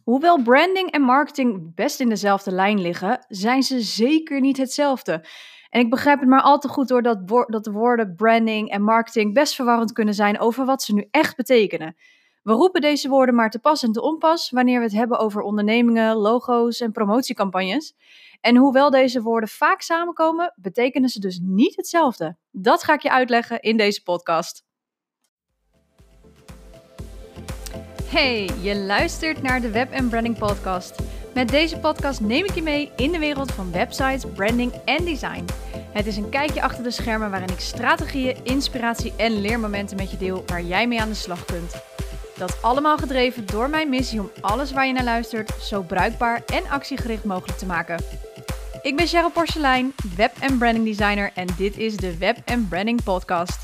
Hoewel branding en marketing best in dezelfde lijn liggen, zijn ze zeker niet hetzelfde. En ik begrijp het maar al te goed dat de woorden branding en marketing best verwarrend kunnen zijn over wat ze nu echt betekenen. We roepen deze woorden maar te pas en te onpas wanneer we het hebben over ondernemingen, logo's en promotiecampagnes. En hoewel deze woorden vaak samenkomen, betekenen ze dus niet hetzelfde. Dat ga ik je uitleggen in deze podcast. Hey, je luistert naar de Web & Branding Podcast. Met deze podcast neem ik je mee in de wereld van websites, branding en design. Het is een kijkje achter de schermen waarin ik strategieën, inspiratie en leermomenten met je deel waar jij mee aan de slag kunt. Dat allemaal gedreven door mijn missie om alles waar je naar luistert zo bruikbaar en actiegericht mogelijk te maken. Ik ben Cheryl Porcelein, web- en branding designer en dit is de Web & Branding Podcast.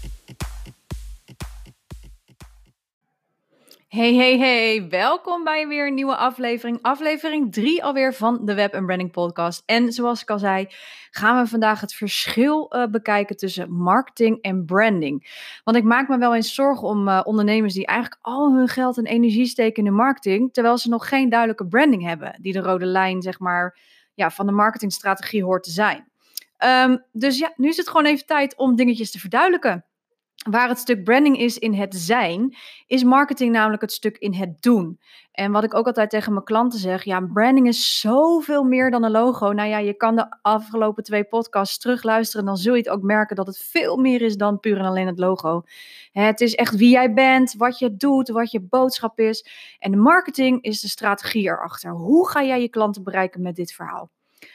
Hey, welkom bij weer een nieuwe aflevering. Aflevering 3 alweer van de Web & Branding Podcast. En zoals ik al zei, gaan we vandaag het verschil bekijken tussen marketing en branding. Want ik maak me wel eens zorgen om ondernemers die eigenlijk al hun geld en energie steken in de marketing, terwijl ze nog geen duidelijke branding hebben, die de rode lijn, zeg maar, van de marketingstrategie hoort te zijn. Dus ja, nu is het gewoon even tijd om dingetjes te verduidelijken. Waar het stuk branding is in het zijn, is marketing namelijk het stuk in het doen. En wat ik ook altijd tegen mijn klanten zeg, branding is zoveel meer dan een logo. Nou ja, je kan de afgelopen 2 podcasts terugluisteren en dan zul je het ook merken dat het veel meer is dan puur en alleen het logo. Het is echt wie jij bent, wat je doet, wat je boodschap is. En de marketing is de strategie erachter. Hoe ga jij je klanten bereiken met dit verhaal?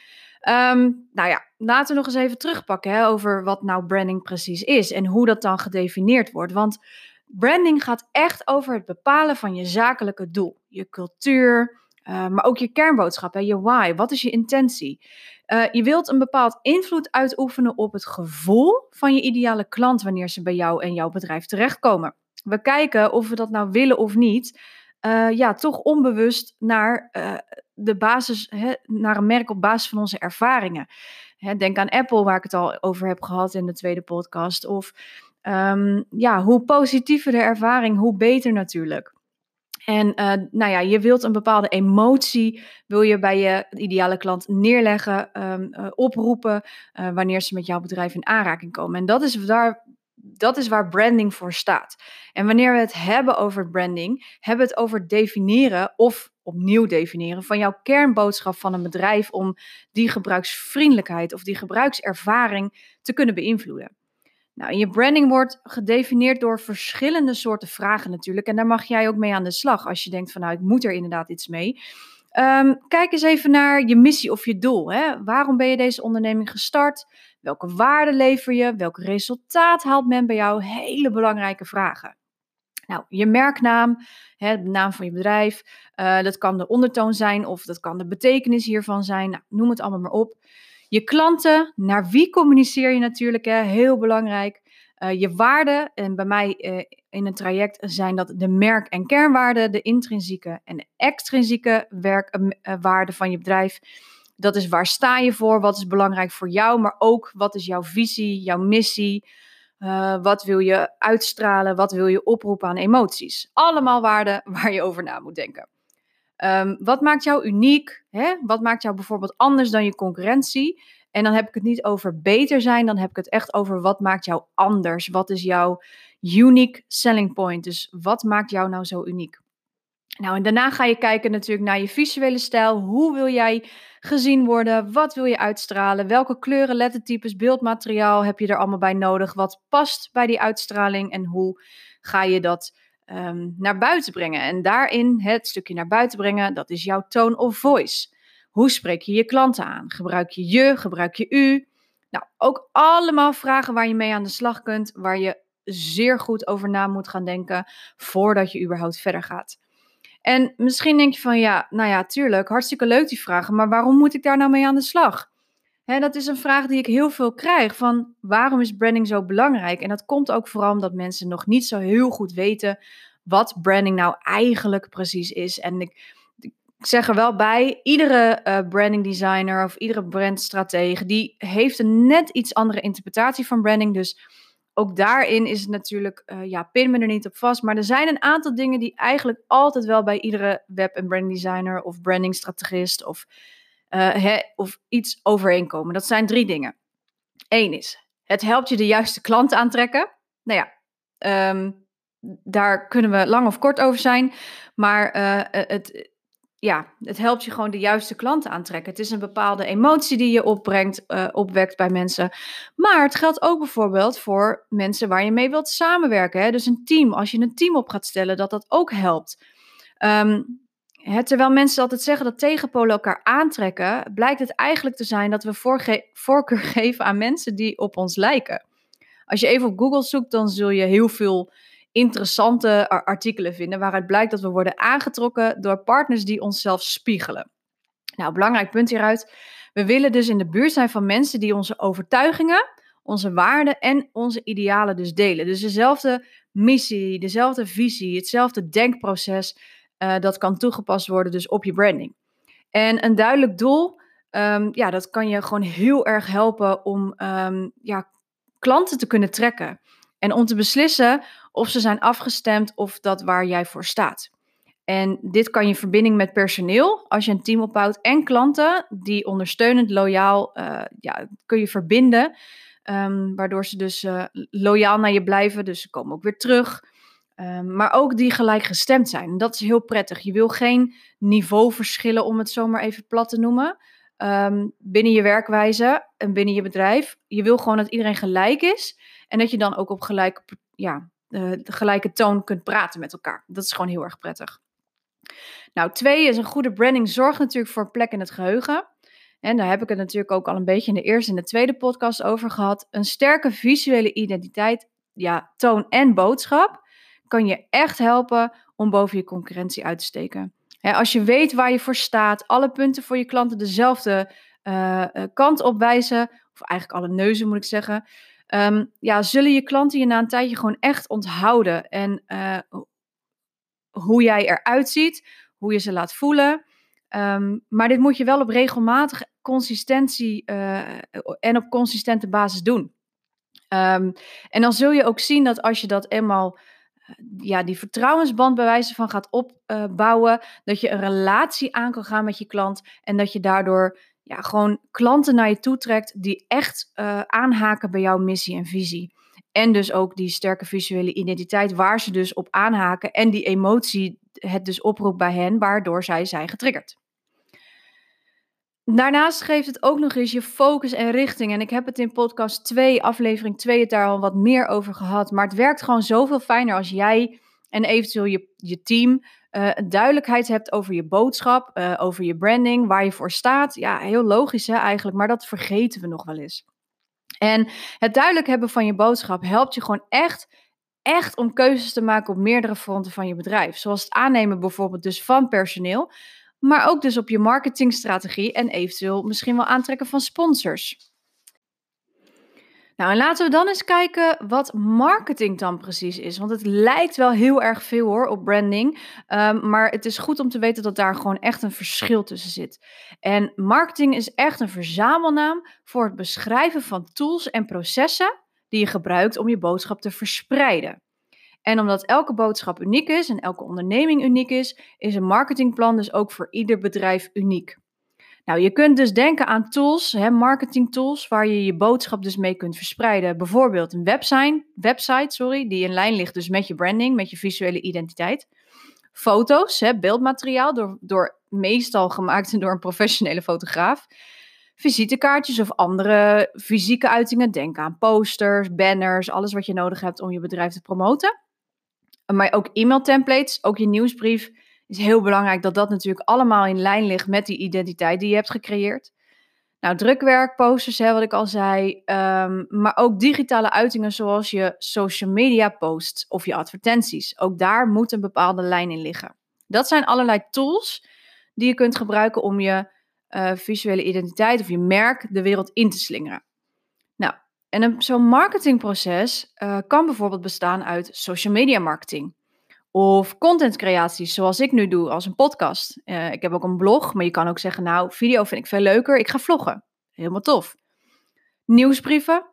Laten we nog eens even terugpakken over wat nou branding precies is en hoe dat dan gedefinieerd wordt. Want branding gaat echt over het bepalen van je zakelijke doel, je cultuur, maar ook je kernboodschap, je why, wat is je intentie? Je wilt een bepaald invloed uitoefenen op het gevoel van je ideale klant wanneer ze bij jou en jouw bedrijf terechtkomen. We kijken of we dat nou willen of niet, toch onbewust naar de basis, naar een merk op basis van onze ervaringen. Denk aan Apple, waar ik het al over heb gehad in de tweede podcast. Of hoe positiever de ervaring, hoe beter natuurlijk. En je wilt een bepaalde emotie, wil je bij je ideale klant neerleggen, oproepen, wanneer ze met jouw bedrijf in aanraking komen. En dat is waar branding voor staat. En wanneer we het hebben over branding, hebben we het over definiëren of opnieuw definiëren van jouw kernboodschap van een bedrijf om die gebruiksvriendelijkheid of die gebruikservaring te kunnen beïnvloeden. Nou, je branding wordt gedefinieerd door verschillende soorten vragen natuurlijk. En daar mag jij ook mee aan de slag als je denkt van ik moet er inderdaad iets mee. Kijk eens even naar je missie of je doel. Waarom ben je deze onderneming gestart? Welke waarde lever je? Welk resultaat haalt men bij jou? Hele belangrijke vragen. Nou, je merknaam, de naam van je bedrijf, dat kan de ondertoon zijn of dat kan de betekenis hiervan zijn. Nou, noem het allemaal maar op. Je klanten, naar wie communiceer je natuurlijk, heel belangrijk. Je waarden, en bij mij in een traject zijn dat de merk- en kernwaarden, de intrinsieke en de extrinsieke waarden van je bedrijf. Dat is waar sta je voor, wat is belangrijk voor jou, maar ook wat is jouw visie, jouw missie. Wat wil je uitstralen, wat wil je oproepen aan emoties. Allemaal waarden waar je over na moet denken. Wat maakt jou uniek? Wat maakt jou bijvoorbeeld anders dan je concurrentie? En dan heb ik het niet over beter zijn, dan heb ik het echt over wat maakt jou anders? Wat is jouw unique selling point? Dus wat maakt jou nou zo uniek? Nou, en daarna ga je kijken natuurlijk naar je visuele stijl. Hoe wil jij gezien worden? Wat wil je uitstralen? Welke kleuren, lettertypes, beeldmateriaal heb je er allemaal bij nodig? Wat past bij die uitstraling? En hoe ga je dat naar buiten brengen? En daarin, het stukje naar buiten brengen, dat is jouw tone of voice. Hoe spreek je je klanten aan? Gebruik je, gebruik je u? Nou, ook allemaal vragen waar je mee aan de slag kunt, waar je zeer goed over na moet gaan denken voordat je überhaupt verder gaat. En misschien denk je van tuurlijk, hartstikke leuk die vragen, maar waarom moet ik daar nou mee aan de slag? Dat is een vraag die ik heel veel krijg, van waarom is branding zo belangrijk? En dat komt ook vooral omdat mensen nog niet zo heel goed weten wat branding nou eigenlijk precies is. En ik zeg er wel bij, iedere branding designer of iedere brandstratege, die heeft een net iets andere interpretatie van branding. Dus ook daarin is het natuurlijk, pin me er niet op vast. Maar er zijn een aantal dingen die eigenlijk altijd wel bij iedere web- en branddesigner of brandingstrategist of iets overeenkomen. Dat zijn 3 dingen. 1 is, het helpt je de juiste klant aantrekken. Nou ja, daar kunnen we lang of kort over zijn. Maar het helpt je gewoon de juiste klanten aantrekken. Het is een bepaalde emotie die je opwekt bij mensen. Maar het geldt ook bijvoorbeeld voor mensen waar je mee wilt samenwerken. Hè? Dus een team, als je een team op gaat stellen, dat ook helpt. Terwijl mensen altijd zeggen dat tegenpolen elkaar aantrekken, blijkt het eigenlijk te zijn dat we voorkeur geven aan mensen die op ons lijken. Als je even op Google zoekt, dan zul je heel veel interessante artikelen vinden waaruit blijkt dat we worden aangetrokken door partners die onszelf spiegelen. Nou, belangrijk punt hieruit. We willen dus in de buurt zijn van mensen die onze overtuigingen, onze waarden en onze idealen dus delen. Dus dezelfde missie, dezelfde visie, hetzelfde denkproces, dat kan toegepast worden dus op je branding. En een duidelijk doel, dat kan je gewoon heel erg helpen om klanten te kunnen trekken. En om te beslissen of ze zijn afgestemd of dat waar jij voor staat. En dit kan je verbinding met personeel, als je een team opbouwt, en klanten die ondersteunend, loyaal, kun je verbinden. Waardoor ze dus loyaal naar je blijven, dus ze komen ook weer terug. Maar ook die gelijkgestemd zijn. En dat is heel prettig. Je wil geen niveauverschillen, om het zomaar even plat te noemen, binnen je werkwijze en binnen je bedrijf. Je wil gewoon dat iedereen gelijk is en dat je dan ook op de gelijke toon kunt praten met elkaar. Dat is gewoon heel erg prettig. Nou, 2 is, een goede branding zorgt natuurlijk voor een plek in het geheugen. En daar heb ik het natuurlijk ook al een beetje in de eerste en de tweede podcast over gehad. Een sterke visuele identiteit, toon en boodschap kan je echt helpen om boven je concurrentie uit te steken. Als je weet waar je voor staat, alle punten voor je klanten dezelfde kant op wijzen, of eigenlijk alle neuzen moet ik zeggen, zullen je klanten je na een tijdje gewoon echt onthouden. En hoe jij eruit ziet, hoe je ze laat voelen. Maar dit moet je wel op regelmatige consistentie en op consistente basis doen. En dan zul je ook zien dat als je dat eenmaal die vertrouwensband bij wijze van gaat opbouwen, dat je een relatie aan kan gaan met je klant en dat je daardoor gewoon klanten naar je toe trekt die echt aanhaken bij jouw missie en visie. En dus ook die sterke visuele identiteit waar ze dus op aanhaken en die emotie het dus oproept bij hen, waardoor zij zijn getriggerd. Daarnaast geeft het ook nog eens je focus en richting. En ik heb het in podcast 2, aflevering 2, het daar al wat meer over gehad. Maar het werkt gewoon zoveel fijner als jij en eventueel je team duidelijkheid hebt over je boodschap, over je branding, waar je voor staat. Ja, heel logisch hè, eigenlijk, maar dat vergeten we nog wel eens. En het duidelijk hebben van je boodschap helpt je gewoon echt om keuzes te maken op meerdere fronten van je bedrijf. Zoals het aannemen bijvoorbeeld dus van personeel, maar ook dus op je marketingstrategie en eventueel misschien wel aantrekken van sponsors. Nou, en laten we dan eens kijken wat marketing dan precies is. Want het lijkt wel heel erg veel hoor op branding. Maar het is goed om te weten dat daar gewoon echt een verschil tussen zit. En marketing is echt een verzamelnaam voor het beschrijven van tools en processen die je gebruikt om je boodschap te verspreiden. En omdat elke boodschap uniek is en elke onderneming uniek is een marketingplan dus ook voor ieder bedrijf uniek. Nou, je kunt dus denken aan tools, marketingtools, waar je je boodschap dus mee kunt verspreiden. Bijvoorbeeld een website, die in lijn ligt dus met je branding, met je visuele identiteit. Foto's, beeldmateriaal, meestal gemaakt door een professionele fotograaf. Visitekaartjes of andere fysieke uitingen. Denk aan posters, banners, alles wat je nodig hebt om je bedrijf te promoten. Maar ook e-mailtemplates, ook je nieuwsbrief is heel belangrijk dat dat natuurlijk allemaal in lijn ligt met die identiteit die je hebt gecreëerd. Nou, drukwerk, posters, wat ik al zei, maar ook digitale uitingen zoals je social media posts of je advertenties. Ook daar moet een bepaalde lijn in liggen. Dat zijn allerlei tools die je kunt gebruiken om je visuele identiteit of je merk de wereld in te slingeren. Nou, en zo'n marketingproces kan bijvoorbeeld bestaan uit social media marketing. Of contentcreaties, zoals ik nu doe als een podcast. Ik heb ook een blog, maar je kan ook zeggen, nou, video vind ik veel leuker, ik ga vloggen. Helemaal tof. Nieuwsbrieven,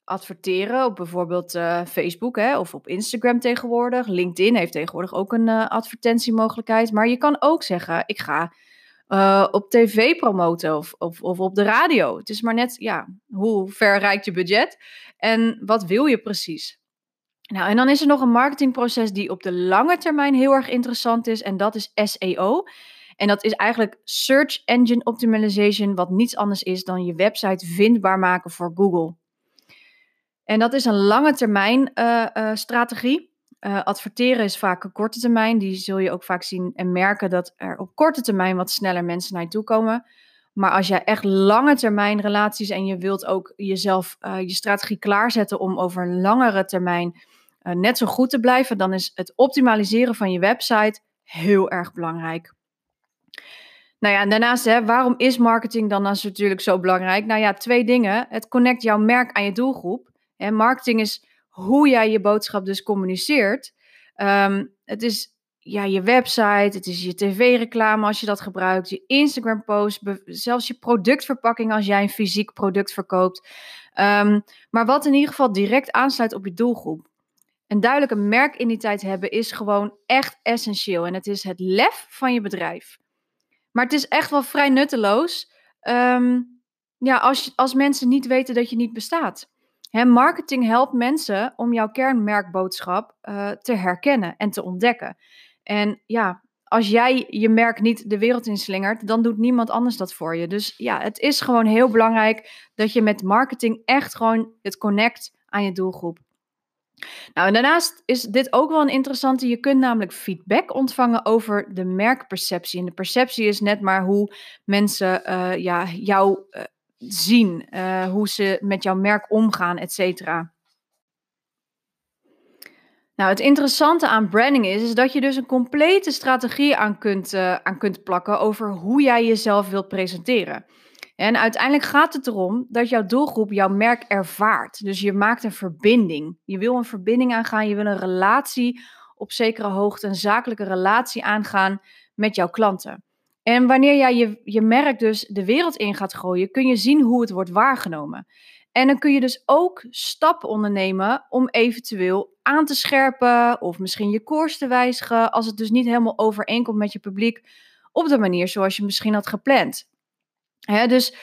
adverteren op bijvoorbeeld Facebook, hè, of op Instagram tegenwoordig. LinkedIn heeft tegenwoordig ook een advertentiemogelijkheid. Maar je kan ook zeggen, ik ga op tv promoten of op de radio. Het is maar net, ja, hoe ver reikt je budget en wat wil je precies? Nou, en dan is er nog een marketingproces die op de lange termijn heel erg interessant is. En dat is SEO. En dat is eigenlijk Search Engine Optimization, wat niets anders is dan je website vindbaar maken voor Google. En dat is een lange termijn strategie. Adverteren is vaak een korte termijn. Die zul je ook vaak zien en merken dat er op korte termijn wat sneller mensen naar je toe komen. Maar als jij echt lange termijn relaties en je wilt ook jezelf, je strategie klaarzetten om over een langere termijn net zo goed te blijven, dan is het optimaliseren van je website heel erg belangrijk. Nou ja, en daarnaast, hè, waarom is marketing dan natuurlijk zo belangrijk? Nou ja, 2 dingen. Het connect jouw merk aan je doelgroep. En marketing is hoe jij je boodschap dus communiceert. Het is ja, je website, het is je tv-reclame als je dat gebruikt, je Instagram-post, zelfs je productverpakking als jij een fysiek product verkoopt. Maar wat in ieder geval direct aansluit op je doelgroep. Een duidelijke merkidentiteit hebben is gewoon echt essentieel. En het is het lef van je bedrijf. Maar het is echt wel vrij nutteloos, ja, als mensen niet weten dat je niet bestaat. Hè, marketing helpt mensen om jouw kernmerkboodschap te herkennen en te ontdekken. En ja, als jij je merk niet de wereld inslingert, dan doet niemand anders dat voor je. Dus ja, het is gewoon heel belangrijk dat je met marketing echt gewoon het connect aan je doelgroep. Nou, en daarnaast is dit ook wel een interessante. Je kunt namelijk feedback ontvangen over de merkperceptie. En de perceptie is net maar hoe mensen ja, jou zien, hoe ze met jouw merk omgaan, et cetera. Nou, het interessante aan branding is dat je dus een complete strategie aan kunt plakken over hoe jij jezelf wilt presenteren. En uiteindelijk gaat het erom dat jouw doelgroep jouw merk ervaart. Dus je maakt een verbinding. Je wil een verbinding aangaan, je wil een relatie op zekere hoogte, een zakelijke relatie aangaan met jouw klanten. En wanneer jij je merk dus de wereld in gaat gooien, kun je zien hoe het wordt waargenomen. En dan kun je dus ook stappen ondernemen om eventueel aan te scherpen of misschien je koers te wijzigen als het dus niet helemaal overeenkomt met je publiek op de manier zoals je misschien had gepland. Dus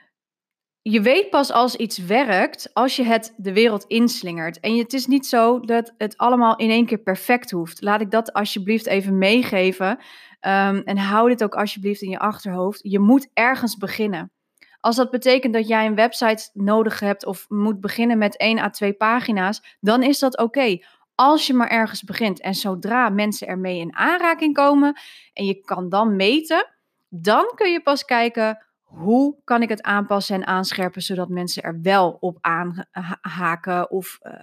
je weet pas als iets werkt als je het de wereld inslingert. En het is niet zo dat het allemaal in één keer perfect hoeft. Laat ik dat alsjeblieft even meegeven. En hou dit ook alsjeblieft in je achterhoofd. Je moet ergens beginnen. Als dat betekent dat jij een website nodig hebt of moet beginnen met 1 à 2 pagina's, dan is dat oké. Als je maar ergens begint en zodra mensen ermee in aanraking komen en je kan dan meten, dan kun je pas kijken hoe kan ik het aanpassen en aanscherpen zodat mensen er wel op aanhaken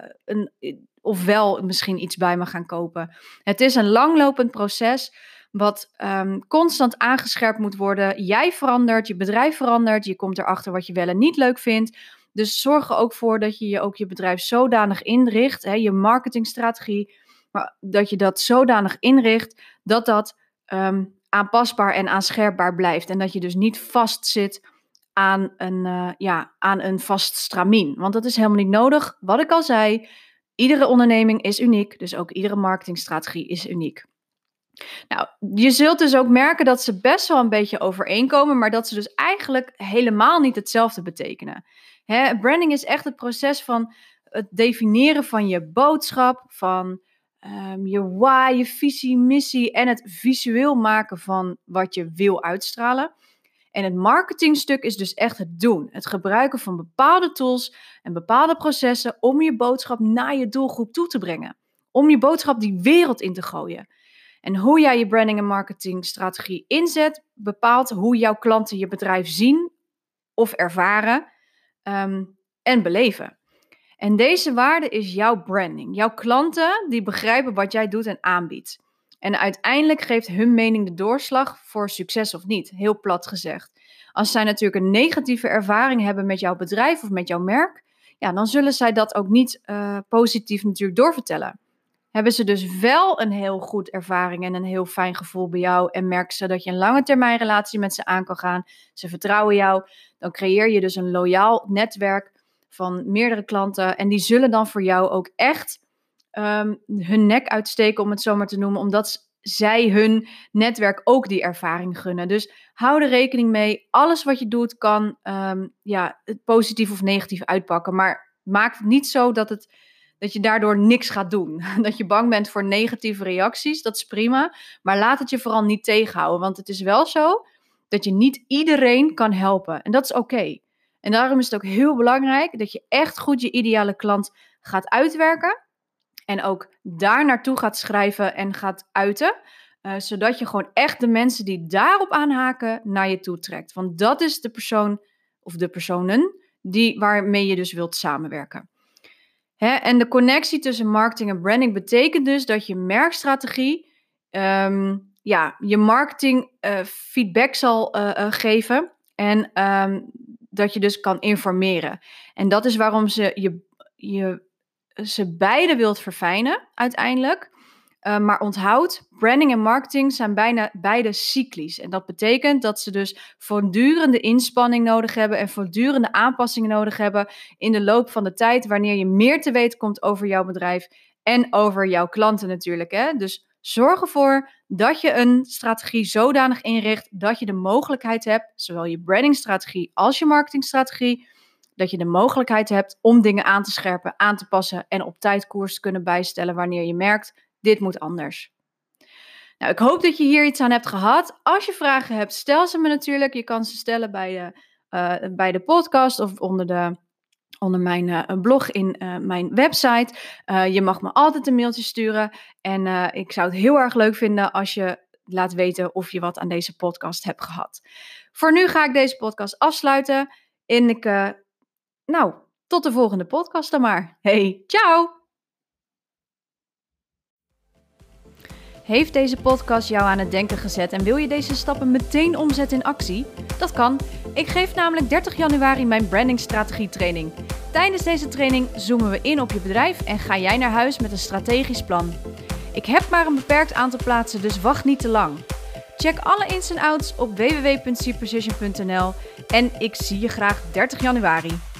of wel misschien iets bij me gaan kopen. Het is een langlopend proces wat constant aangescherpt moet worden. Jij verandert, je bedrijf verandert, je komt erachter wat je wel en niet leuk vindt. Dus zorg er ook voor dat je ook je bedrijf zodanig inricht, hè, je marketingstrategie, maar dat je dat zodanig inricht dat dat aanpasbaar en aanscherpbaar blijft. En dat je dus niet vastzit aan aan een vast stramien. Want dat is helemaal niet nodig. Wat ik al zei, iedere onderneming is uniek, dus ook iedere marketingstrategie is uniek. Nou, je zult dus ook merken dat ze best wel een beetje overeenkomen, maar dat ze dus eigenlijk helemaal niet hetzelfde betekenen. Branding is echt het proces van het definiëren van je boodschap, van je why, je visie, missie en het visueel maken van wat je wil uitstralen. En het marketingstuk is dus echt het doen. Het gebruiken van bepaalde tools en bepaalde processen om je boodschap naar je doelgroep toe te brengen. Om je boodschap die wereld in te gooien. En hoe jij je branding en marketingstrategie inzet, bepaalt hoe jouw klanten je bedrijf zien of ervaren en beleven. En deze waarde is jouw branding. Jouw klanten die begrijpen wat jij doet en aanbiedt. En uiteindelijk geeft hun mening de doorslag voor succes of niet, heel plat gezegd. Als zij natuurlijk een negatieve ervaring hebben met jouw bedrijf of met jouw merk, ja, dan zullen zij dat ook niet positief natuurlijk doorvertellen. Hebben ze dus wel een heel goed ervaring en een heel fijn gevoel bij jou en merken ze dat je een lange termijn relatie met ze aan kan gaan, ze vertrouwen jou, dan creëer je dus een loyaal netwerk van meerdere klanten. En die zullen dan voor jou ook echt hun nek uitsteken, om het zo maar te noemen, omdat zij hun netwerk ook die ervaring gunnen. Dus hou er rekening mee. Alles wat je doet kan het positief of negatief uitpakken. Maar maak het niet zo dat je daardoor niks gaat doen. Dat je bang bent voor negatieve reacties, dat is prima. Maar laat het je vooral niet tegenhouden. Want het is wel zo dat je niet iedereen kan helpen. En dat is oké. En daarom is het ook heel belangrijk dat je echt goed je ideale klant gaat uitwerken. En ook daar naartoe gaat schrijven en gaat uiten. Zodat je gewoon echt de mensen die daarop aanhaken naar je toe trekt. Want dat is de persoon of de personen waarmee je dus wilt samenwerken. En de connectie tussen marketing en branding betekent dus dat je merkstrategie je marketing feedback zal geven. En dat je dus kan informeren. En dat is waarom ze beide wilt verfijnen uiteindelijk. Maar onthoud, branding en marketing zijn bijna beide cyclisch. En dat betekent dat ze dus voortdurende inspanning nodig hebben en voortdurende aanpassingen nodig hebben in de loop van de tijd, wanneer je meer te weten komt over jouw bedrijf en over jouw klanten natuurlijk. Hè? Dus zorg ervoor dat je een strategie zodanig inricht dat je de mogelijkheid hebt, zowel je brandingstrategie als je marketingstrategie, dat je de mogelijkheid hebt om dingen aan te scherpen, aan te passen en op tijd koers te kunnen bijstellen wanneer je merkt, dit moet anders. Nou, ik hoop dat je hier iets aan hebt gehad. Als je vragen hebt, stel ze me natuurlijk. Je kan ze stellen bij de podcast of onder mijn blog in mijn website. Je mag me altijd een mailtje sturen. En ik zou het heel erg leuk vinden als je laat weten of je wat aan deze podcast hebt gehad. Voor nu ga ik deze podcast afsluiten. En tot de volgende podcast dan maar. Hey, ciao! Heeft deze podcast jou aan het denken gezet en wil je deze stappen meteen omzetten in actie? Dat kan. Ik geef namelijk 30 januari mijn brandingstrategie training. Tijdens deze training zoomen we in op je bedrijf en ga jij naar huis met een strategisch plan. Ik heb maar een beperkt aantal plaatsen, dus wacht niet te lang. Check alle ins en outs op www.cprecision.nl en ik zie je graag 30 januari.